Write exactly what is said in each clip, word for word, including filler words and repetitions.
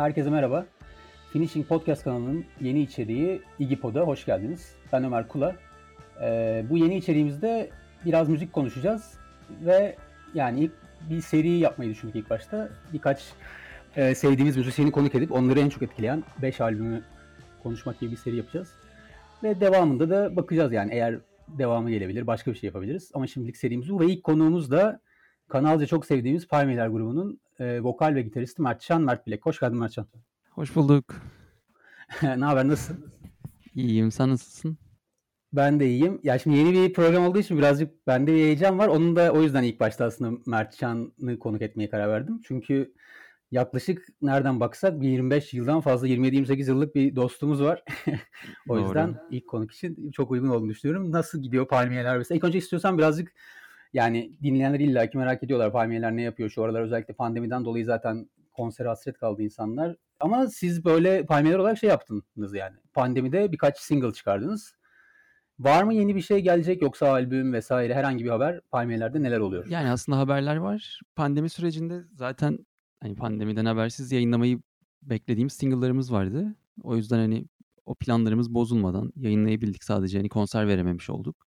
Herkese merhaba. Finishing Podcast kanalının yeni içeriği Igipod'a hoş geldiniz. Ben Ömer Kula. Ee, bu yeni içeriğimizde biraz müzik konuşacağız ve yani ilk bir seri yapmayı düşündük ilk başta. Birkaç e, sevdiğimiz müzisyeni konuk edip onları en çok etkileyen beş albümü konuşmak gibi bir seri yapacağız. Ve devamında da bakacağız yani eğer devamı gelebilir, başka bir şey yapabiliriz. Ama şimdilik serimiz bu ve ilk konuğumuz da kanalca çok sevdiğimiz Palmiyeler grubunun e, vokal ve gitaristi Mertcan Mert Bilek. Hoş geldin Mertcan. Hoş bulduk. Ne haber, nasılsın? İyiyim, sen nasılsın? Ben de iyiyim. Ya şimdi yeni bir program olduğu için birazcık bende bir heyecan var. Onun da o yüzden ilk başta aslında Mertcan'ı konuk etmeye karar verdim. Çünkü yaklaşık nereden baksak bir yirmi beş yıldan fazla, yirmi yedi yirmi sekiz yıllık bir dostumuz var. O Doğru. yüzden ilk konuk için çok uygun olduğunu düşünüyorum. Nasıl gidiyor Palmiyeler mesela? İlk önce istiyorsan birazcık yani dinleyenler illaki merak ediyorlar. Palmiyeler ne yapıyor? Şu aralar özellikle pandemiden dolayı zaten konsere hasret kaldı insanlar. Ama siz böyle Palmiyeler olarak şey yaptınız yani. Pandemide birkaç single çıkardınız. Var mı yeni bir şey gelecek yoksa albüm vesaire herhangi bir haber Palmiyeler'de neler oluyor? Yani aslında haberler var. Pandemi sürecinde zaten hani pandemiden habersiz yayınlamayı beklediğimiz single'larımız vardı. O yüzden hani o planlarımız bozulmadan yayınlayabildik, sadece hani konser verememiş olduk.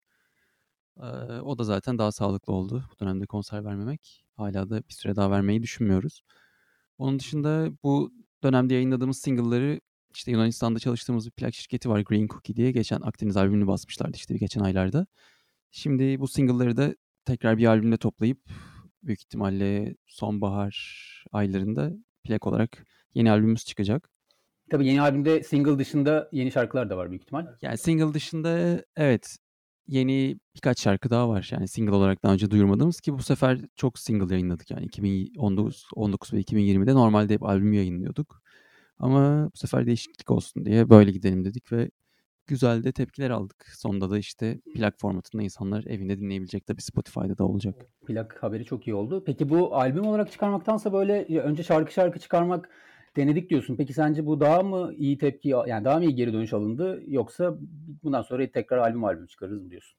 Ee, o da zaten daha sağlıklı oldu bu dönemde konser vermemek. Hala da bir süre daha vermeyi düşünmüyoruz. Onun dışında bu dönemde yayınladığımız single'ları işte Yunanistan'da çalıştığımız bir plak şirketi var, Green Cookie diye. Geçen Akdeniz albümünü basmışlardı işte geçen aylarda. Şimdi bu single'ları da tekrar bir albümde toplayıp büyük ihtimalle sonbahar aylarında plak olarak yeni albümümüz çıkacak. Tabii yeni albümde single dışında yeni şarkılar da var büyük ihtimal. Yani single dışında evet yeni birkaç şarkı daha var. Yani single olarak daha önce duyurmadığımız, ki bu sefer çok single yayınladık. Yani iki bin on dokuz, on dokuz ve iki bin yirmide normalde hep albüm yayınlıyorduk. Ama bu sefer değişiklik olsun diye böyle gidelim dedik ve güzel de tepkiler aldık. Sonunda da işte plak formatında insanlar evinde dinleyebilecek, tabii Spotify'da da olacak. Plak haberi çok iyi oldu. Peki bu albüm olarak çıkarmaktansa böyle önce şarkı şarkı çıkarmak denedik diyorsun. Peki sence bu daha mı iyi tepki, yani daha mı iyi geri dönüş alındı yoksa bundan sonra tekrar albüm albüm çıkarırız mı diyorsun?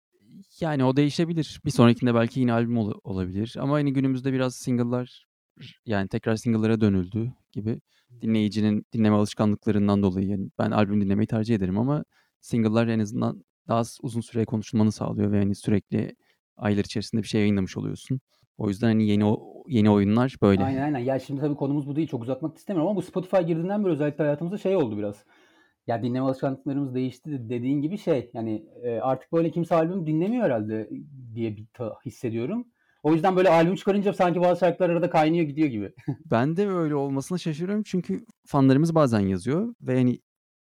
Yani o değişebilir. Bir sonrakinde belki yine albüm ol- olabilir. Ama hani günümüzde biraz single'lar, yani tekrar single'lara dönüldü gibi. Dinleyicinin dinleme alışkanlıklarından dolayı yani ben albüm dinlemeyi tercih ederim ama single'lar en azından daha uzun süre konuşulmanı sağlıyor ve hani sürekli aylar içerisinde bir şey yayınlamış oluyorsun. O yüzden hani yeni o- yeni oyunlar böyle. Aynen aynen. Ya şimdi tabii konumuz bu değil. Çok uzatmak istemiyorum ama bu Spotify girdiğinden beri özellikle hayatımızda şey oldu biraz. Ya dinleme alışkanlıklarımız değişti dediğin gibi şey. Yani e, artık böyle kimse albüm dinlemiyor herhalde diye bir ta- hissediyorum. O yüzden böyle albüm çıkarınca sanki bazı şarkılar arada kaynıyor gidiyor gibi. Ben de öyle olmasına şaşırıyorum çünkü fanlarımız bazen yazıyor ve hani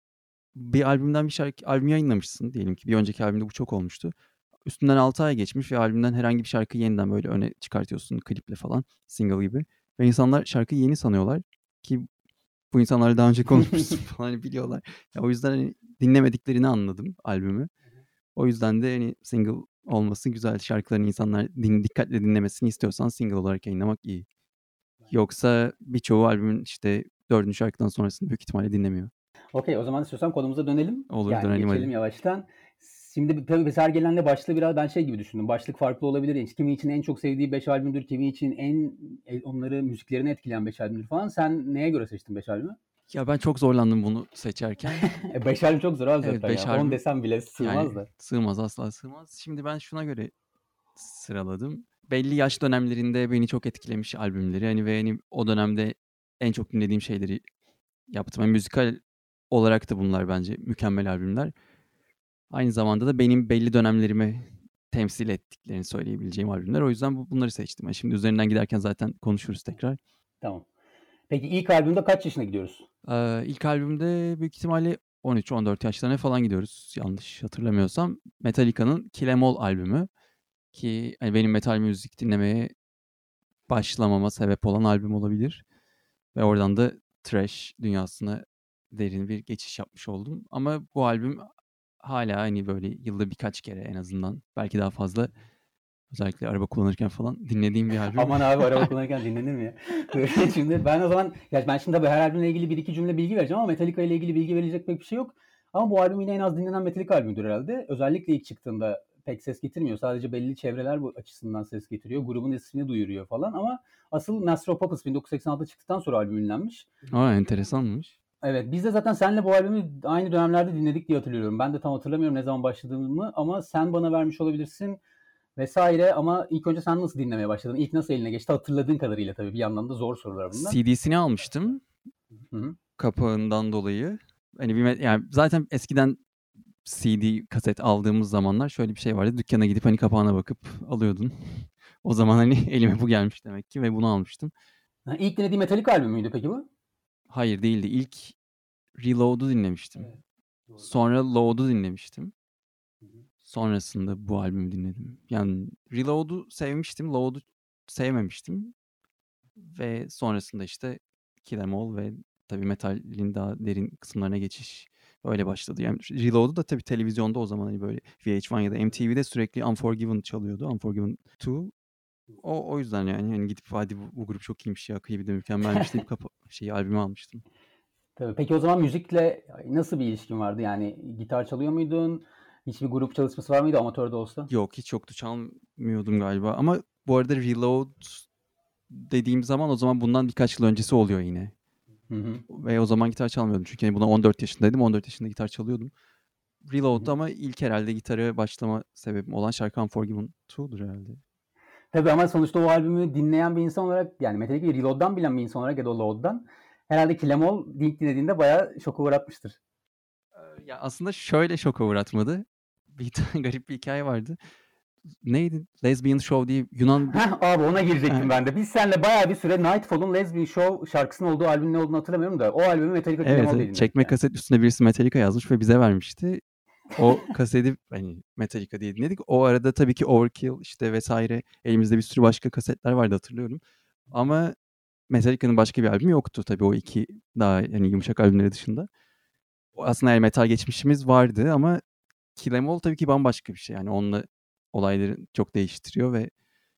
bir albümden bir şarkı albüm yayınlamışsın diyelim ki, bir önceki albümde bu çok olmuştu. Üstünden altı ay geçmiş ve albümden herhangi bir şarkı yeniden böyle öne çıkartıyorsun kliple falan, single gibi. Ve insanlar şarkıyı yeni sanıyorlar ki bu insanlarla daha önce konuşmuşsun falan, hani biliyorlar. Ya o yüzden hani dinlemediklerini anladım albümü. O yüzden de hani single olması güzel. Şarkıların insanlar din, dikkatle dinlemesini istiyorsan single olarak yayınlamak iyi. Yoksa birçoğu albümün işte dördüncü şarkıdan sonrasını büyük ihtimalle dinlemiyor. Okey, o zaman istiyorsan konumuza dönelim. Olur, Yani dönelim geçelim hadi. yavaştan. Şimdi tabii biz her gelenle başlığı biraz ben şey gibi düşündüm. Başlık farklı olabilir. Yani kimi için en çok sevdiği beş albümdür, kimi için en e, onları müziklerini etkileyen beş albümdür falan. Sen neye göre seçtin beş albümü? Ya ben çok zorlandım bunu seçerken. E, beş albüm çok zor abi Evet, zaten beş ya. on albüm desem bile sığmaz yani da. sığmaz, asla sığmaz. Şimdi ben şuna göre sıraladım. Belli yaş dönemlerinde beni çok etkilemiş albümleri. Hani ve hani o dönemde en çok dinlediğim şeyleri yaptım. Yani müzikal olarak da bunlar bence mükemmel albümler. Aynı zamanda da benim belli dönemlerimi temsil ettiklerini söyleyebileceğim albümler. O yüzden bu, bunları seçtim. Yani şimdi üzerinden giderken zaten konuşuruz tekrar. Tamam. Peki ilk albümde kaç yaşına gidiyoruz? Ee, ilk albümde büyük ihtimalle on üç on dört yaşlarına falan gidiyoruz. Yanlış hatırlamıyorsam. Metallica'nın Kill 'Em All albümü. Ki hani benim metal müzik dinlemeye başlamama sebep olan albüm olabilir. Ve oradan da thrash dünyasına derin bir geçiş yapmış oldum. Ama bu albüm hala hani böyle yılda birkaç kere en azından, belki daha fazla, özellikle araba kullanırken falan dinlediğim bir albüm. Aman abi, araba kullanırken dinlenir mi ya? Böyle şimdi ben o zaman ya ben şimdi tabii her albümle ilgili bir iki cümle bilgi vereceğim ama Metallica ile ilgili bilgi verecek pek bir şey yok. Ama bu albüm yine en az dinlenen Metallica albümüdür herhalde. Özellikle ilk çıktığında pek ses getirmiyor. Sadece belli çevreler bu açısından ses getiriyor. Grubun ismini duyuruyor falan ama asıl Master of Puppets bin dokuz yüz seksen altıda çıktıktan sonra albüm ünlenmiş. Aa, enteresanmış. Evet, biz de zaten seninle bu albümü aynı dönemlerde dinledik diye hatırlıyorum. Ben de tam hatırlamıyorum ne zaman başladığımı ama sen bana vermiş olabilirsin vesaire. Ama ilk önce sen nasıl dinlemeye başladın? İlk nasıl eline geçti? Hatırladığın kadarıyla tabii, bir yandan da zor sorular bunlar. C D'sini almıştım. Hı-hı. Kapağından dolayı. Hani bir yani zaten eskiden C D kaset aldığımız zamanlar şöyle bir şey vardı. Dükkana gidip hani kapağına bakıp alıyordun. O zaman hani elime bu gelmiş demek ki ve bunu almıştım. Ha, ilk dinlediğin Metallica albüm müydü peki bu? Hayır, değildi. İlk Reload'u dinlemiştim. Evet. Sonra Load'u dinlemiştim. Sonrasında bu albümü dinledim. Yani Reload'u sevmiştim, Load'u sevmemiştim. Ve sonrasında işte Kill 'Em All ve tabii metalin daha derin kısımlarına geçiş öyle başladı. Yani Reload'u da tabii televizyonda o zaman hani böyle V H bir ya da M T V'de sürekli Unforgiven çalıyordu. Unforgiven iki. O, o yüzden yani hani gidip hadi bu, bu grup çok iyiymiş ya, klibi de mükemmelmiş deyip kapa- şeyi albümü almıştım. Tabii. Peki o zaman müzikle nasıl bir ilişkin vardı? Yani gitar çalıyor muydun? Hiçbir grup çalışması var mıydı amatör de olsa? Yok, hiç yoktu, çalmıyordum galiba. Ama bu arada Reload dediğim zaman o zaman bundan birkaç yıl öncesi oluyor yine. Hı hı. Ve o zaman gitar çalmıyordum. Çünkü yani buna on dört yaşındaydım. on dört yaşında gitar çalıyordum. Reload'da ama ilk herhalde gitara başlama sebebim olan şarkı Unforgiven iki'dur herhalde. Tabii ama sonuçta o albümü dinleyen bir insan olarak, yani Metallica'yı Reload'dan bilen bir insan olarak ya da Load'dan herhalde Kill 'Em All ilk dinlediğinde bayağı şoka uğratmıştır. Ya aslında şöyle şoka uğratmadı. Bir tane garip bir hikaye vardı. Neydi? Lesbian Show diye Yunan... Heh, abi ona girecektim ben de. Biz seninle bayağı bir süre Nightfall'un Lesbian Show şarkısının olduğu albümün ne olduğunu hatırlamıyorum da o albümü Metallica Kill 'Em Evet, All diye evet. dinledik. Çekme Yani. kaset üstüne birisi Metallica yazmış ve bize vermişti. O kaseti hani Metallica diye dinledik. O arada tabii ki Overkill işte vesaire elimizde bir sürü başka kasetler vardı, hatırlıyorum. Ama Metallica'nın başka bir albümü yoktu tabii o iki daha hani yumuşak albümleri dışında. Aslında yani metal geçmişimiz vardı ama Kill 'Em All tabii ki bambaşka bir şey. Yani onunla olayları çok değiştiriyor ve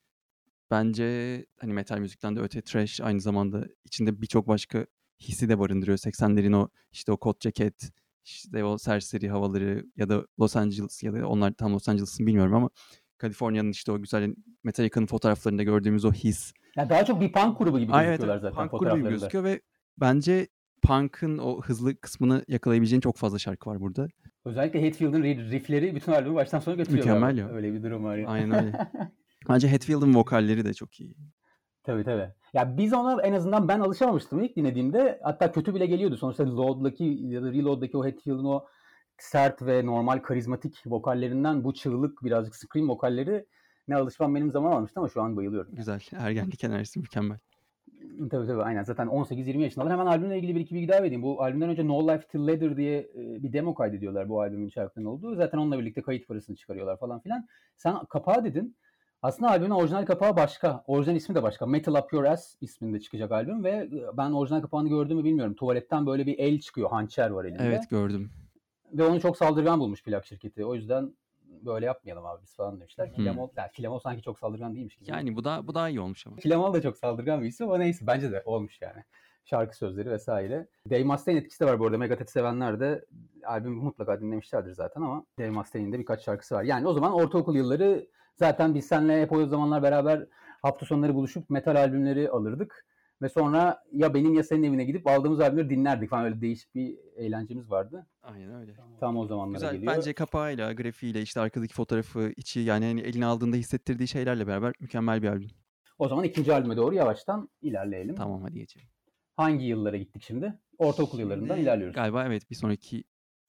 bence hani metal müzikten de öte thrash aynı zamanda içinde birçok başka hissi de barındırıyor. seksenlerin o işte o kot ceket, işte o serseri havaları ya da Los Angeles ya da onlar tam Los Angeles'ın bilmiyorum ama Kaliforniya'nın işte o güzel Metallica'nın fotoğraflarında gördüğümüz o his. Yani daha çok bir punk grubu gibi Ay, gözüküyorlar evet, zaten punk grubu gibi fotoğraflarında. gözüküyor ve bence punk'ın o hızlı kısmını yakalayabileceğin çok fazla şarkı var burada. Özellikle Hetfield'ın riffleri bütün albümü baştan sona götürüyor. Mükemmel ya. Öyle bir durum var ya. Aynen öyle. Bence Hetfield'ın vokalleri de çok iyi. Tabii tabii. Ya biz ona en azından ben alışamamıştım ilk dinlediğimde. Hatta kötü bile geliyordu. Sonuçta Load'daki ya da Reload'daki o Hetfield'ın o sert ve normal karizmatik vokallerinden bu çığlık birazcık scream vokalleri ne alışmam benim zaman almıştı ama şu an bayılıyorum. Güzel. Yani. Ergenlik enerjisi mükemmel. Tabii tabii aynen. Zaten on sekiz yirmi yaşındalar. Hemen albümle ilgili bir iki bilgi daha vereyim. Bu albümden önce No Life Till Later diye bir demo kaydediyorlar bu albümün şarkılarının olduğu. Zaten onunla birlikte kayıt parasını çıkarıyorlar falan filan. Sen kapağı dedin. Aslında albümün orijinal kapağı başka. Orijinal ismi de başka. Metal Up Your Ass isminde çıkacak albüm ve ben orijinal kapağını gördüğümü bilmiyorum. Tuvaletten böyle bir el çıkıyor. Hançer var elinde. Evet, gördüm. Ve onu çok saldırgan bulmuş plak şirketi. O yüzden böyle yapmayalım abi biz falan demişler. Kill 'Em All, yani Kill 'Em All sanki çok saldırgan değilmiş gibi. Yani bu da bu daha iyi olmuş ama. Kill 'Em All da çok saldırgan bir isim ama neyse bence de olmuş yani. Şarkı sözleri vesaire. Dave Mustaine'in etkisi de var bu arada. Megadeth sevenler de albümü mutlaka dinlemişlerdir zaten ama Dave Mustaine'in de birkaç şarkısı var. Yani o zaman ortaokul yılları zaten biz seninle hep o zamanlar beraber hafta sonları buluşup metal albümleri alırdık. Ve sonra ya benim ya senin evine gidip aldığımız albümleri dinlerdik falan, öyle değişik bir eğlencemiz vardı. Aynen öyle. Tam o zamanlara Güzel. geliyor. Bence kapağıyla, grafiğiyle, işte arkadaki fotoğrafı, içi yani hani eline aldığında hissettirdiği şeylerle beraber mükemmel bir albüm. O zaman ikinci albüme doğru yavaştan ilerleyelim. Tamam, hadi geçelim. Hangi yıllara gittik şimdi? Ortaokul şimdi, yıllarından ilerliyoruz. Galiba evet, bir sonraki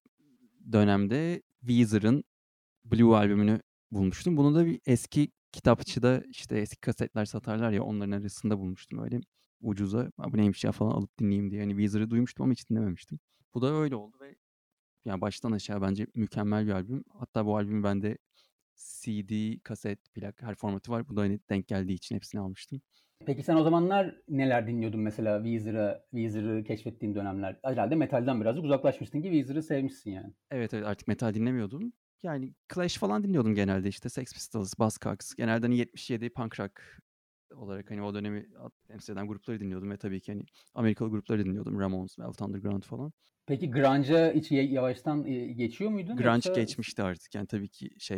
dönemde Weezer'ın Blue albümünü bulmuştum. Bunu da bir eski kitapçıda işte eski kasetler satarlar ya, onların arasında bulmuştum öyle ucuza. Bu neymiş ya falan alıp dinleyeyim diye. Yani Weezer'ı duymuştum ama hiç dinlememiştim. Bu da öyle oldu ve yani baştan aşağı bence mükemmel bir albüm. Hatta bu albümü bende C D, kaset, plak her formatı var. Bu da hani denk geldiği için hepsini almıştım. Peki sen o zamanlar neler dinliyordun mesela Weezer'ı, Weezer'ı keşfettiğin dönemler? Herhalde metalden birazcık uzaklaşmıştın ki Weezer'ı sevmişsin yani. Evet evet, artık metal dinlemiyordum. Yani Clash falan dinliyordum genelde, işte Sex Pistols, Buzzcocks. Genelde hani yetmiş yedi punk rock olarak hani o dönemi temsil eden grupları dinliyordum ve tabii ki hani Amerikalı grupları dinliyordum. Ramones, Velvet Underground falan. Peki grunge'a hiç yavaştan geçiyor muydun? Grunge yoksa... geçmişti artık yani tabii ki şey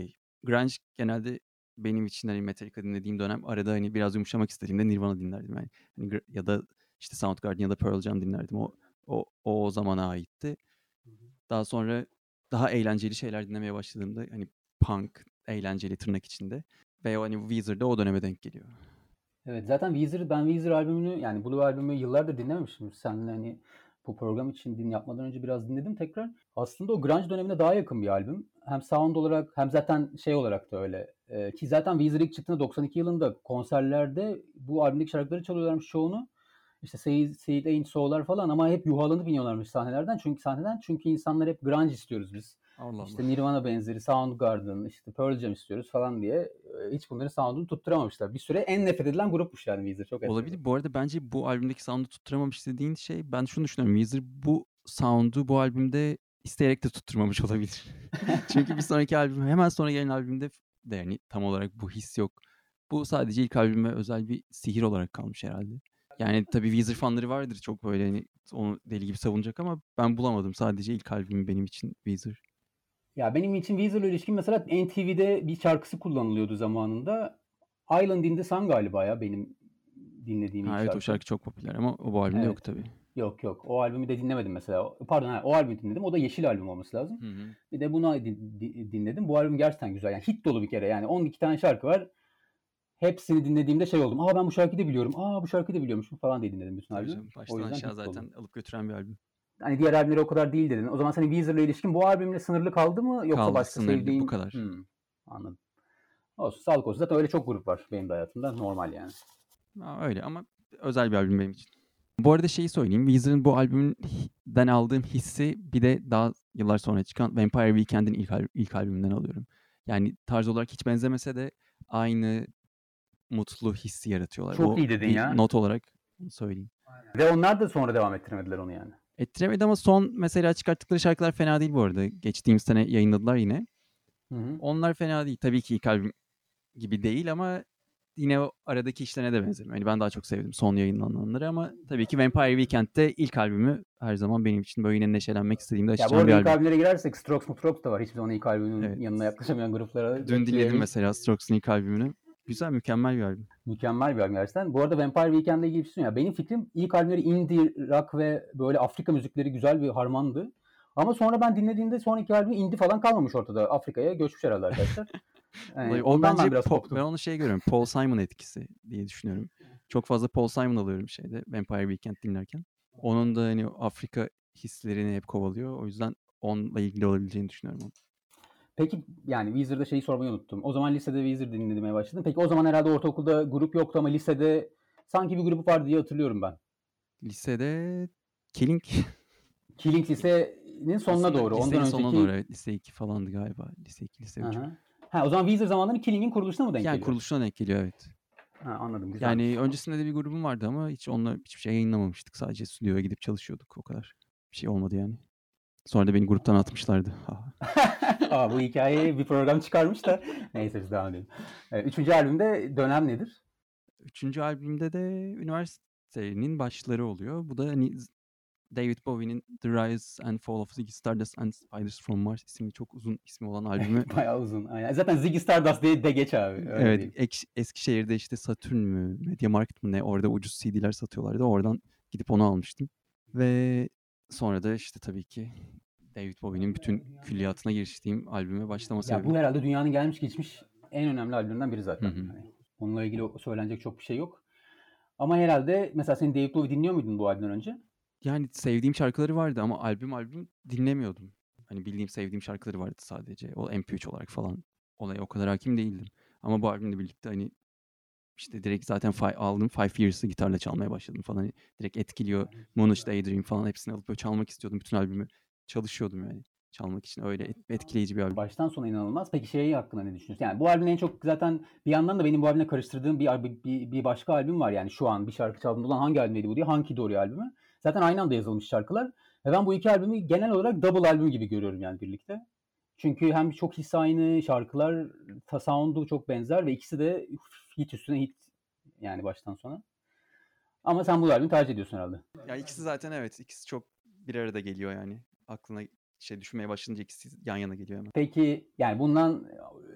grunge genelde benim için hani Metallica dinlediğim dönem arada hani biraz yumuşamak istediğimde Nirvana dinlerdim yani. Hani ya da işte Soundgarden ya da Pearl Jam dinlerdim. O o o, o zamana aitti. Daha sonra daha eğlenceli şeyler dinlemeye başladığımda hani punk, eğlenceli tırnak içinde ve o hani Weezer'da o döneme denk geliyor. Evet, zaten Weezer, ben Weezer albümünü yani Blue albümü yıllardır dinlememiştim. Seninle hani bu program için din yapmadan önce biraz dinledim tekrar. Aslında o grunge dönemine daha yakın bir albüm. Hem sound olarak hem zaten şey olarak da öyle. Ee, ki zaten Weezer ilk çıktığında doksan iki yılında konserlerde bu albümdeki şarkıları çalıyorlarmış çoğunu. İşte Say It, Say It Ain't So'lar falan ama hep yuhalanıp iniyorlarmış sahnelerden. Çünkü sahneden çünkü insanlar hep grunge istiyoruz biz. Allah İşte Allah. Nirvana benzeri, Soundgarden, işte Pearl Jam istiyoruz falan diye e, hiç bunların sound'unu tutturamamışlar. Bir süre en nefret edilen grupmuş yani Weezer. Çok enteresan. Olabilir. Bu arada bence bu albümdeki sound'u tutturamamış dediğin şey, ben şunu düşünüyorum. Weezer bu sound'u bu albümde isteyerek de tutturmamış olabilir. Çünkü bir sonraki albüm, hemen sonra gelen albümde de yani tam olarak bu his yok. Bu sadece ilk albüme özel bir sihir olarak kalmış herhalde. Yani tabii Weezer fanları vardır çok böyle hani onu deli gibi savunacak ama ben bulamadım. Sadece ilk albüm benim için Weezer. Ya benim için Weezer'la ilişkin mesela N T V'de bir şarkısı kullanılıyordu zamanında. Island in the Sun galiba ya benim dinlediğim ilk Ha evet, o şarkı. şarkı çok popüler ama o bu albümde Evet. yok tabii. Yok yok. O albümü de dinlemedim mesela. Pardon, ha, o albümü dinledim. O da Yeşil albüm olması lazım. Hı hı. Bir de bunu din- di- dinledim. Bu albüm gerçekten güzel. Yani hit dolu bir kere. Yani on iki tane şarkı var. Hepsini dinlediğimde şey oldum. Aa ben bu şarkıyı da biliyorum. Aa bu şarkıyı da biliyormuşum falan diye dinledim bütün Tabii albümü. canım, O baştan yüzden aşağı hit zaten dolu. alıp götüren bir albüm. Hani diğer albümleri o kadar değil dedin. O zaman senin Weezer'la ilişkin bu albümle sınırlı kaldı mı? Yoksa Kaldı, başka sınırlı, bu sevdiğin... kadar. Hmm, anladım. Olsun, sağlık olsun. Zaten öyle çok grup var benim de hayatımda. Normal yani. Ha, öyle ama özel bir albüm benim için. Bu arada şeyi söyleyeyim. Weezer'ın bu albümden aldığım hissi bir de daha yıllar sonra çıkan Vampire Weekend'in ilk, al- ilk albümünden alıyorum. Yani tarz olarak hiç benzemese de aynı mutlu hissi yaratıyorlar. Çok O iyi dedin bir ya. not olarak söyleyeyim. Ve onlar da sonra devam ettiremediler onu yani. Ettiremedi ama son mesela çıkarttıkları şarkılar fena değil bu arada. Geçtiğimiz sene yayınladılar yine. Hı hı. Onlar fena değil. Tabii ki ilk albüm gibi değil ama yine o aradaki işlerine de benzemiyor. Yani ben daha çok sevdim son yayınlananları ama tabii ki Vampire Weekend'de ilk albümü her zaman benim için böyle yine neşelenmek istediğimde Ya bu açacağım arada bir ilk albüm. albümlere girersek Strokes Strokes da var. Hiçbir zaman ilk albümün Evet. yanına yaklaşamayan gruplara. Dün dinledim ekleyelim. mesela Strokes'un ilk albümünü. Güzel, mükemmel bir albüm. Mükemmel bir albüm gerçekten. Bu arada Vampire Weekend'le ilgili bir şey ya. Benim fikrim ilk albümleri indie, rock ve böyle Afrika müzikleri güzel bir harmandı. Ama sonra ben dinlediğimde son iki albüm indie falan kalmamış ortada. Afrika'ya göçmüş herhalde arkadaşlar. Yani o ondan bence ben biraz po- koptum. ben onu şey görüyorum. Paul Simon etkisi diye düşünüyorum. Çok fazla Paul Simon alıyorum şeyde Vampire Weekend dinlerken. Onun da hani Afrika hislerini hep kovalıyor. O yüzden onunla ilgili olabileceğini düşünüyorum. Peki yani Weezer'da şeyi sormayı unuttum. O zaman lisede Weezer dinlemeye başladım. Peki o zaman herhalde ortaokulda grup yoktu ama lisede sanki bir grup vardı diye hatırlıyorum ben. Lisede Killing. Killing lisenin sonuna Aslında doğru. lisenin Ondan sonuna önceki... doğru, evet. Lise iki falandı galiba. Lise iki, lise üç. Hı hı. Ha, o zaman Weezer zamanları Killing'in kuruluşuna mı denk Yani geliyor? kuruluşuna denk geliyor, evet. Ha, anladım, güzelmiş. Yani öncesinde de bir grubum vardı ama hiç onunla hiçbir şey yayınlamamıştık. Sadece stüdyoya gidip çalışıyorduk, o kadar. Bir şey olmadı yani. Sonra da beni gruptan atmışlardı. Aa, bu hikayeyi bir program çıkarmış da neyse biz devam edelim. Evet, üçüncü albümde dönem nedir? Üçüncü albümde de üniversitenin başları oluyor. Bu da hani David Bowie'nin The Rise and Fall of Ziggy Stardust and Spiders from Mars isimli çok uzun ismi olan albümü. Bayağı uzun. Aynen. Zaten Ziggy Stardust diye de geç abi. Öyle evet, değil. Ek- Eskişehir'de işte Satürn mü, Mediamarkt mı ne, orada ucuz C D'ler satıyorlardı. Oradan gidip onu almıştım. Ve sonra da işte tabii ki David Bowie'nin bütün külliyatına giriştiğim albüme başlama Ya sebebim. bu herhalde dünyanın gelmiş geçmiş en önemli albümlerinden biri zaten. Hı hı. Hani onunla ilgili söylenecek çok bir şey yok. Ama herhalde mesela sen David Bowie dinliyor muydun bu albümden önce? Yani sevdiğim şarkıları vardı ama albüm albüm dinlemiyordum. Hani bildiğim, sevdiğim şarkıları vardı sadece. O M P üç olarak falan olaya o kadar hakim değildim. Ama bu albümle birlikte hani işte direkt zaten fi- aldım Five Years'ı gitarla çalmaya başladım falan. Hani direkt etkiliyor. Moonage Daydream falan hepsini alıp böyle çalmak istiyordum. Bütün albümü çalışıyordum yani. Çalmak için öyle et- etkileyici bir albüm. Baştan sona inanılmaz. Peki şey hakkında ne düşünüyorsun? Yani bu albümün en çok zaten bir yandan da benim bu albümle karıştırdığım bir, bir, bir başka albüm var. Yani şu an bir şarkı çaldığımda ulan hangi albümdeydi bu diye. Hunky Dory albümü. Zaten aynı anda yazılmış şarkılar. Ve ben bu iki albümü genel olarak double albüm gibi görüyorum yani birlikte. Çünkü hem çok his aynı, şarkılar sound'u çok benzer ve ikisi de hit üstüne hit yani baştan sona. Ama sen bu albümü tercih ediyorsun herhalde. Ya ikisi zaten evet, ikisi çok bir arada geliyor yani. Aklına şey düşünmeye başlayınca ikisi yan yana geliyor hemen. Peki yani bundan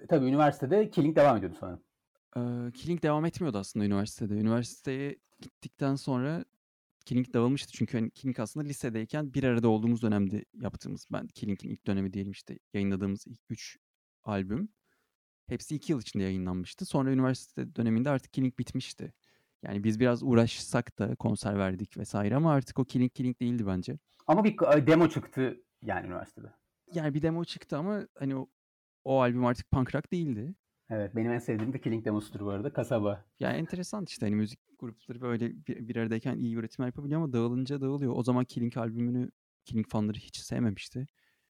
Tabii üniversitede Killing devam ediyordu sanırım. Ee, Killing devam etmiyordu aslında üniversitede. Üniversiteye gittikten sonra Killing dağılmıştı. Çünkü hani Killing aslında lisedeyken bir arada olduğumuz dönemde yaptığımız, ben Killing'in ilk dönemi diyelim işte, yayınladığımız ilk üç albüm. Hepsi iki yıl içinde yayınlanmıştı. Sonra üniversite döneminde artık Killing bitmişti. Yani biz biraz uğraşsak da konser verdik vesaire ama artık o Killing Killing değildi bence. Ama bir demo çıktı yani üniversitede. Yani bir demo çıktı ama hani o, o albüm artık punk rock değildi. Evet, benim en sevdiğim de Killing demosudur bu arada. Kasaba. Yani enteresan işte, hani müzik grupları böyle bir, bir aradayken iyi üretimler yapabiliyor ama dağılınca dağılıyor. O zaman Killing albümünü Killing fanları hiç sevmemişti.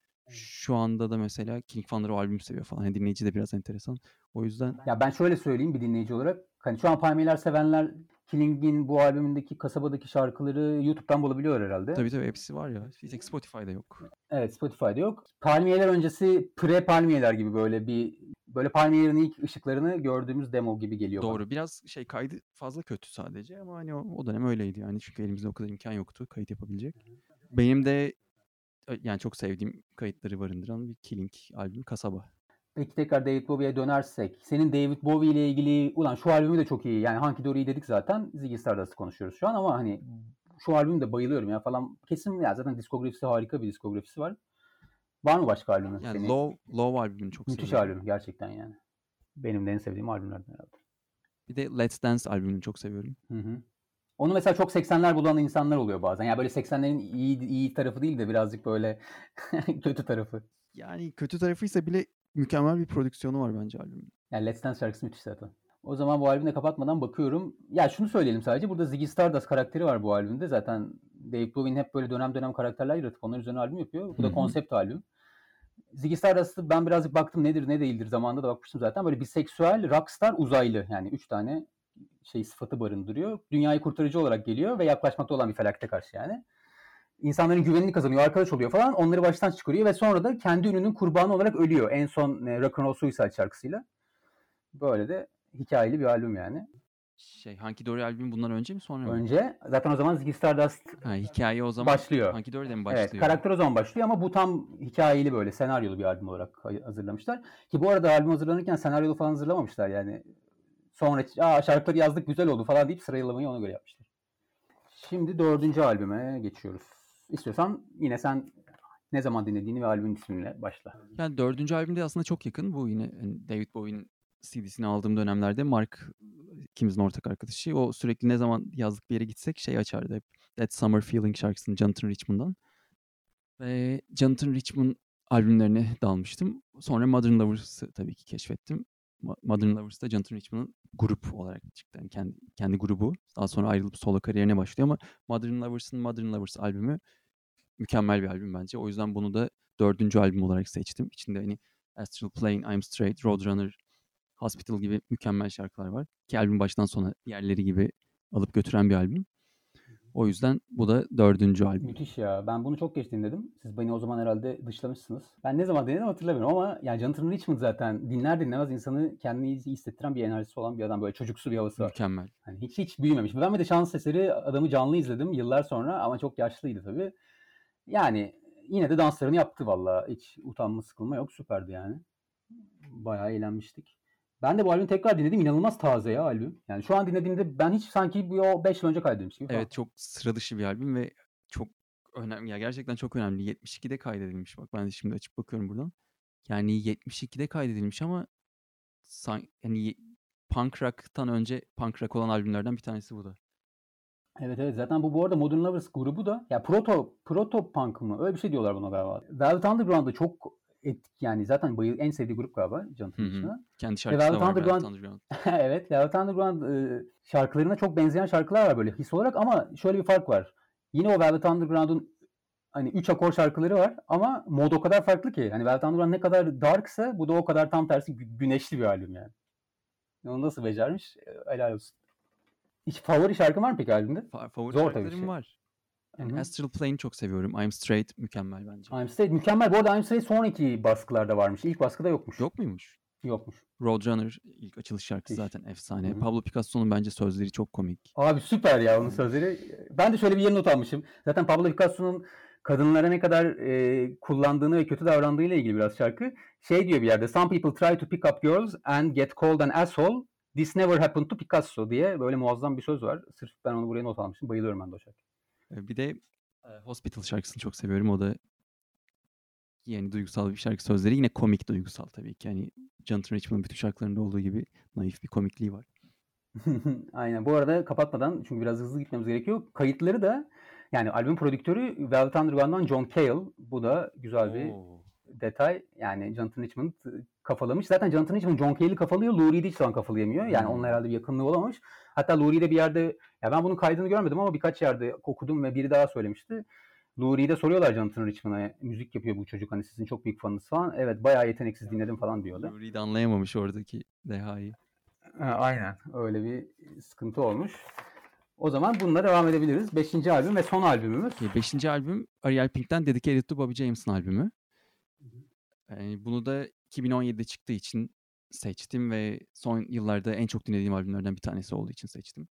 Şu anda da mesela Killing fanları o albümü seviyor falan. Yani dinleyici de biraz enteresan. O yüzden... Ya ben şöyle söyleyeyim bir dinleyici olarak. Hani şu an Palmiyeler sevenler Killing'in bu albümündeki Kasaba'daki şarkıları YouTube'dan bulabiliyor herhalde. Tabii tabii, hepsi var ya. Bir tek Spotify'da yok. Evet, Spotify'da yok. Palmiyeler öncesi pre-Palmiyeler gibi böyle bir böyle Palmiyelerin ilk ışıklarını gördüğümüz demo gibi geliyor Doğru. bana. Biraz şey, kaydı fazla kötü sadece ama hani o, o dönem öyleydi yani. Çünkü elimizde o kadar imkan yoktu kayıt yapabilecek. Benim de yani çok sevdiğim kayıtları barındıran bir Killing albümü Kasaba. Peki tekrar David Bowie'ye dönersek. Senin David Bowie ile ilgili, ulan şu albümü de çok iyi. Yani Hunky Dory'yi dedik zaten. Ziggy Stardust'ı konuşuyoruz şu an ama hani şu albümü de bayılıyorum ya falan. Kesin ya, zaten diskografisi harika bir diskografisi var. Var mı başka albümü? Yani seni? Low, Low albümünü çok Müthiş seviyorum. albüm gerçekten yani. Benim de en sevdiğim albümlerden herhalde. Bir de Let's Dance albümünü çok seviyorum. Hı hı. Onu mesela çok seksenler bulan insanlar oluyor bazen. Yani böyle seksenlerin iyi iyi tarafı değil de birazcık böyle kötü tarafı. Yani kötü tarafıysa bile mükemmel bir prodüksiyonu var bence albümün. Yani Let's Dance şarkısı müthiş zaten. O zaman bu albümde kapatmadan bakıyorum. Ya şunu söyleyelim sadece. Burada Ziggy Stardust karakteri var bu albümde. Zaten David Bowie'nin hep böyle dönem dönem karakterler yaratıp onlar üzerine albüm yapıyor. Bu da konsept albüm. Ziggy Stardust'ı ben birazcık baktım nedir ne değildir, zamanında da bakmıştım zaten. Böyle biseksüel, rockstar, uzaylı. Yani üç tane şey sıfatı barındırıyor. Dünyayı kurtarıcı olarak geliyor ve yaklaşmakta olan bir felakete karşı yani. İnsanların güvenini kazanıyor, arkadaş oluyor falan. Onları baştan çıkarıyor ve sonra da kendi ününün kurbanı olarak ölüyor. En son e, Rock'n'Roll Suicide şarkısıyla. Böyle de hikayeli bir albüm yani. Şey, Hunky Dory albüm bundan önce mi sonra mı? Önce zaten o zaman Ziggy Stardust ha, hikaye o zaman başlıyor. Hunky Dory'de mi başlıyor? Evet, karakter o zaman başlıyor ama bu tam hikayeli böyle senaryolu bir albüm olarak hazırlamışlar. Ki bu arada albüm hazırlanırken senaryolu falan hazırlamamışlar yani. Sonra aa şarkıları yazdık güzel oldu falan deyip sıralamayı ona göre yapmışlar. Şimdi dördüncü albüme geçiyoruz. İstiyorsan yine sen ne zaman dinlediğini ve albümün isminle başla. Yani dördüncü albümde aslında çok yakın. Bu yine yani David Bowie'nin C D'sini aldığım dönemlerde Mark, ikimizin ortak arkadaşı, o sürekli ne zaman yazlık bir yere gitsek şey açardı hep. That Summer Feeling şarkısını Jonathan Richman'dan. Ve Jonathan Richman albümlerine dalmıştım. Sonra Modern Lovers'ı tabii ki keşfettim. Modern Lovers da Jonathan Richman'ın grup olarak çıktı. Yani kendi, kendi grubu. Daha sonra ayrılıp solo kariyerine başlıyor ama Modern Lovers'ın Modern Lovers albümü mükemmel bir albüm bence. O yüzden bunu da dördüncü albüm olarak seçtim. İçinde hani Astral Plane, I'm Straight, Roadrunner, Hospital gibi mükemmel şarkılar var. Ki albüm baştan sona yerleri gibi alıp götüren bir albüm. O yüzden bu da dördüncü albüm. Müthiş ya. Ben bunu çok geç dinledim. Siz beni o zaman herhalde dışlamışsınız. Ben ne zaman dinledim hatırlamıyorum ama yani Jonathan Richman zaten dinler dinlemez insanı kendini iyi hissettiren bir enerjisi olan bir adam. Böyle çocuksu bir havası var. Mükemmel. Hani hiç hiç büyümemiş. Ben bir de şans eseri adamı canlı izledim yıllar sonra ama çok yaşlıydı tabii. Yani yine de danslarını yaptı vallahi. Hiç utanma sıkılma yok. Süperdi yani. Bayağı eğlenmiştik. Ben de bu albümü tekrar dinledim. İnanılmaz taze ya albüm. Yani şu an dinlediğimde ben hiç sanki bu beş yıl önce kaydedilmiş gibi falan. Evet, çok sıra dışı bir albüm ve çok önemli. Ya gerçekten çok önemli. yetmiş ikide kaydedilmiş. Bak ben de şimdi açıp bakıyorum buradan. Yani yetmiş ikide kaydedilmiş ama san, yani punk rock'tan önce punk rock olan albümlerden bir tanesi bu da. Evet evet, zaten bu bu arada Modern Lovers grubu da ya proto proto punk mı? Öyle bir şey diyorlar buna galiba. Velvet Underground'da çok etki yani zaten bayıl en sevdiği grup galiba Jonathan Richman'ın. Kendi şarkısı da var Underground, Velvet Underground. Evet, Velvet Underground e, şarkılarına çok benzeyen şarkılar var böyle his olarak ama şöyle bir fark var. Yine o Velvet Underground'un hani üç akor şarkıları var ama mod o kadar farklı ki. Hani Velvet Underground ne kadar darksa bu da o kadar tam tersi güneşli bir albüm yani. Onu nasıl becermiş? Helal olsun. Hiç favori şarkın var mı peki albümde? Fa- favori Zor şarkılarım şey. var. Yani Hı-hı. Astral Plane'i çok seviyorum. I'm Straight mükemmel bence. I'm Straight mükemmel. Bu arada I'm Straight sonraki baskılarda varmış. İlk baskıda yokmuş. Yok muymuş? Yokmuş. Roadrunner ilk açılış şarkısı Hiç. zaten efsane. Hı-hı. Pablo Picasso'nun bence sözleri çok komik. Abi süper ya onun sözleri. Ben de şöyle bir yere not almışım. Zaten Pablo Picasso'nun kadınlara ne kadar e, kullandığını ve kötü davrandığıyla ilgili biraz şarkı. Şey diyor bir yerde, "Some people try to pick up girls and get called an asshole. This never happened to Picasso" diye böyle muazzam bir söz var. Sırf ben onu buraya not almışım. Bayılıyorum ben de o şarkı. Bir de e, Hospital şarkısını çok seviyorum. O da yani duygusal bir şarkı, sözleri yine komik duygusal tabii ki. Yani Jonathan Richman'ın bütün şarkılarında olduğu gibi naif bir komikliği var. Aynen. Bu arada kapatmadan, çünkü biraz hızlı gitmemiz gerekiyor. Kayıtları da, yani albüm prodüktörü Velvet Underground'dan John Cale. Bu da güzel bir Oo. detay. Yani Jonathan Richman kafalamış. Zaten Jonathan Richman John Cale'i kafalıyor. Lou Reed'i hiç zaman kafalayamıyor. Yani Hmm. onunla herhalde bir yakınlığı olamamış. Hatta Lou Reed'e bir yerde, ya ben bunun kaydını görmedim ama birkaç yerde okudum ve biri daha söylemişti. Lou Reed'e soruyorlar Jonathan Richman'a, müzik yapıyor bu çocuk, hani sizin çok büyük fanınız falan. Evet, bayağı yeteneksiz, dinledim falan diyordu. Lou Reed anlayamamış oradaki dehayı. Ha, aynen. Öyle bir sıkıntı olmuş. O zaman bununla devam edebiliriz. Beşinci albüm ve son albümümüz. Beşinci albüm Ariel Pink'ten Dedicated to Bobby James'in albümü. Yani bunu da iki bin on yedide çıktığı için seçtim ve son yıllarda en çok dinlediğim albümlerden bir tanesi olduğu için seçtim.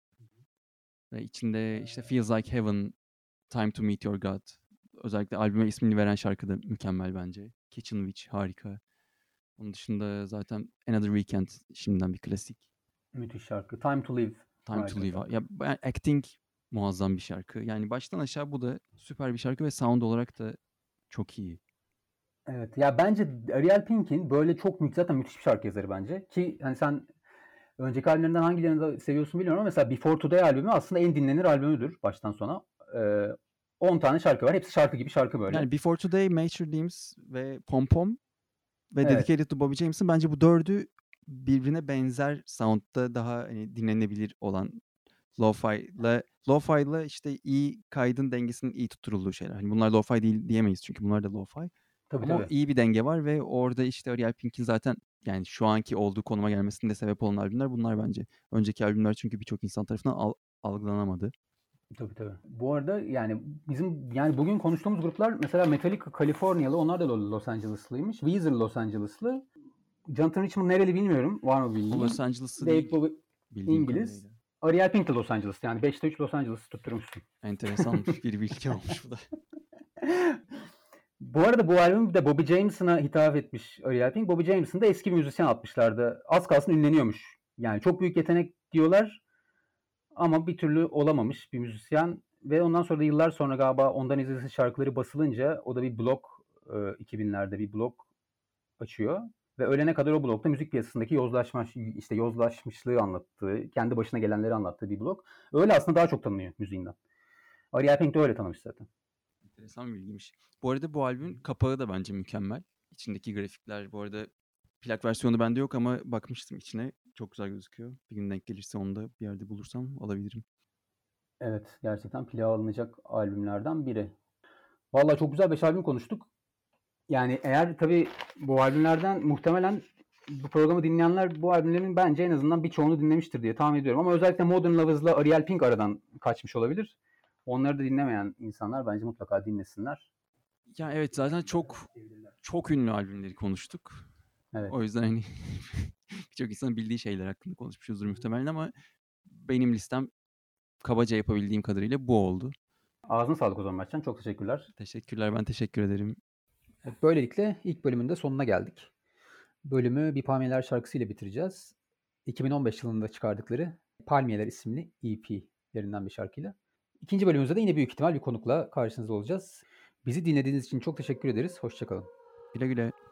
Ve içinde işte Feels Like Heaven, Time to Meet Your God, özellikle albüme ismini veren şarkı da mükemmel bence. Kitchen Witch harika. Onun dışında zaten Another Weekend şimdiden bir klasik. Müthiş şarkı. Time to Live. Time Harika to Live. şarkı. Ya acting muazzam bir şarkı. Yani baştan aşağı bu da süper bir şarkı ve sound olarak da çok iyi. Evet. Ya bence Ariel Pink'in böyle çok müthiş, zaten müthiş bir şarkı yazarı bence. Ki hani sen önceki albümlerinden hangilerini de seviyorsun bilmiyorum ama mesela Before Today albümü aslında en dinlenir albümüdür baştan sona. Ee, on tane şarkı var. Hepsi şarkı gibi şarkı böyle. Yani Before Today, Major Dreams ve Pom Pom ve Evet. Dedicated to Bobby James'in bence bu dördü birbirine benzer sound'da daha hani dinlenebilir olan, lo-fi'la lo-fi'la işte iyi kaydın dengesinin iyi tutturulduğu şeyler. Hani bunlar lo-fi değil diyemeyiz çünkü bunlar da lo-fi. Tabii Ama tabii. iyi bir denge var ve orada işte Ariel Pink'in zaten yani şu anki olduğu konuma gelmesinde sebep olan albümler bunlar bence. Önceki albümler çünkü birçok insan tarafından al- algılanamadı. Tabii tabii. Bu arada yani bizim, yani bugün konuştuğumuz gruplar mesela Metallica Kaliforniyalı, onlar da Los Angeles'lıymış. Weezer Los Angeles'lı. Jonathan Richman nereli bilmiyorum. Var mı bildiğin? O Los Angeles'lı Dave değil Bowie bildiğim İngiliz. kadarıyla. Ariel Pink de Los Angeles. Yani beşte üç Los Angeles tutturmuşsun. Enteresan bir bilgi olmuş bu da. Bu arada bu albüm de Bobby Jameson'a hitap etmiş Ariel Pink. Bobby Jameson da eski bir müzisyen altmışlarda. Az kalsın ünleniyormuş. Yani çok büyük yetenek diyorlar ama bir türlü olamamış bir müzisyen. Ve ondan sonra da yıllar sonra galiba ondan izlediği şarkıları basılınca o da bir blog, iki binlerde bir blog açıyor. Ve ölene kadar o blogda müzik piyasasındaki yozlaşma, işte yozlaşmışlığı anlattığı, kendi başına gelenleri anlattığı bir blog. Öyle aslında daha çok tanınıyor müziğinden. Ariel Pink de öyle tanımış zaten. Enteresan bir bilgiymiş. Bu arada bu albümün kapağı da bence mükemmel. İçindeki grafikler, bu arada plak versiyonu bende yok ama bakmıştım içine. Çok güzel gözüküyor. Bir gün denk gelirse onu da bir yerde bulursam alabilirim. Evet, gerçekten plağa alınacak albümlerden biri. Vallahi çok güzel beş albüm konuştuk. Yani eğer tabii bu albümlerden muhtemelen bu programı dinleyenler bu albümlerin bence en azından birçoğunu dinlemiştir diye tahmin ediyorum. Ama özellikle Modern Lovers'la Ariel Pink aradan kaçmış olabilir. Onları da dinlemeyen insanlar bence mutlaka dinlesinler. Ya evet, zaten çok çok ünlü albümleri konuştuk. Evet. O yüzden hani birçok insanın bildiği şeyler hakkında konuşmuşuzdur muhtemelen ama benim listem kabaca yapabildiğim kadarıyla bu oldu. Ağzına sağlık o zaman Mertcan. Çok teşekkürler. Teşekkürler, ben teşekkür ederim. Evet, böylelikle ilk bölümün de sonuna geldik. Bölümü Bir Palmiyeler şarkısıyla bitireceğiz. iki bin on beş yılında çıkardıkları Palmiyeler isimli E P'lerinden bir şarkıyla. İkinci bölümümüzde de yine büyük ihtimal bir konukla karşınızda olacağız. Bizi dinlediğiniz için çok teşekkür ederiz. Hoşça kalın. Güle güle.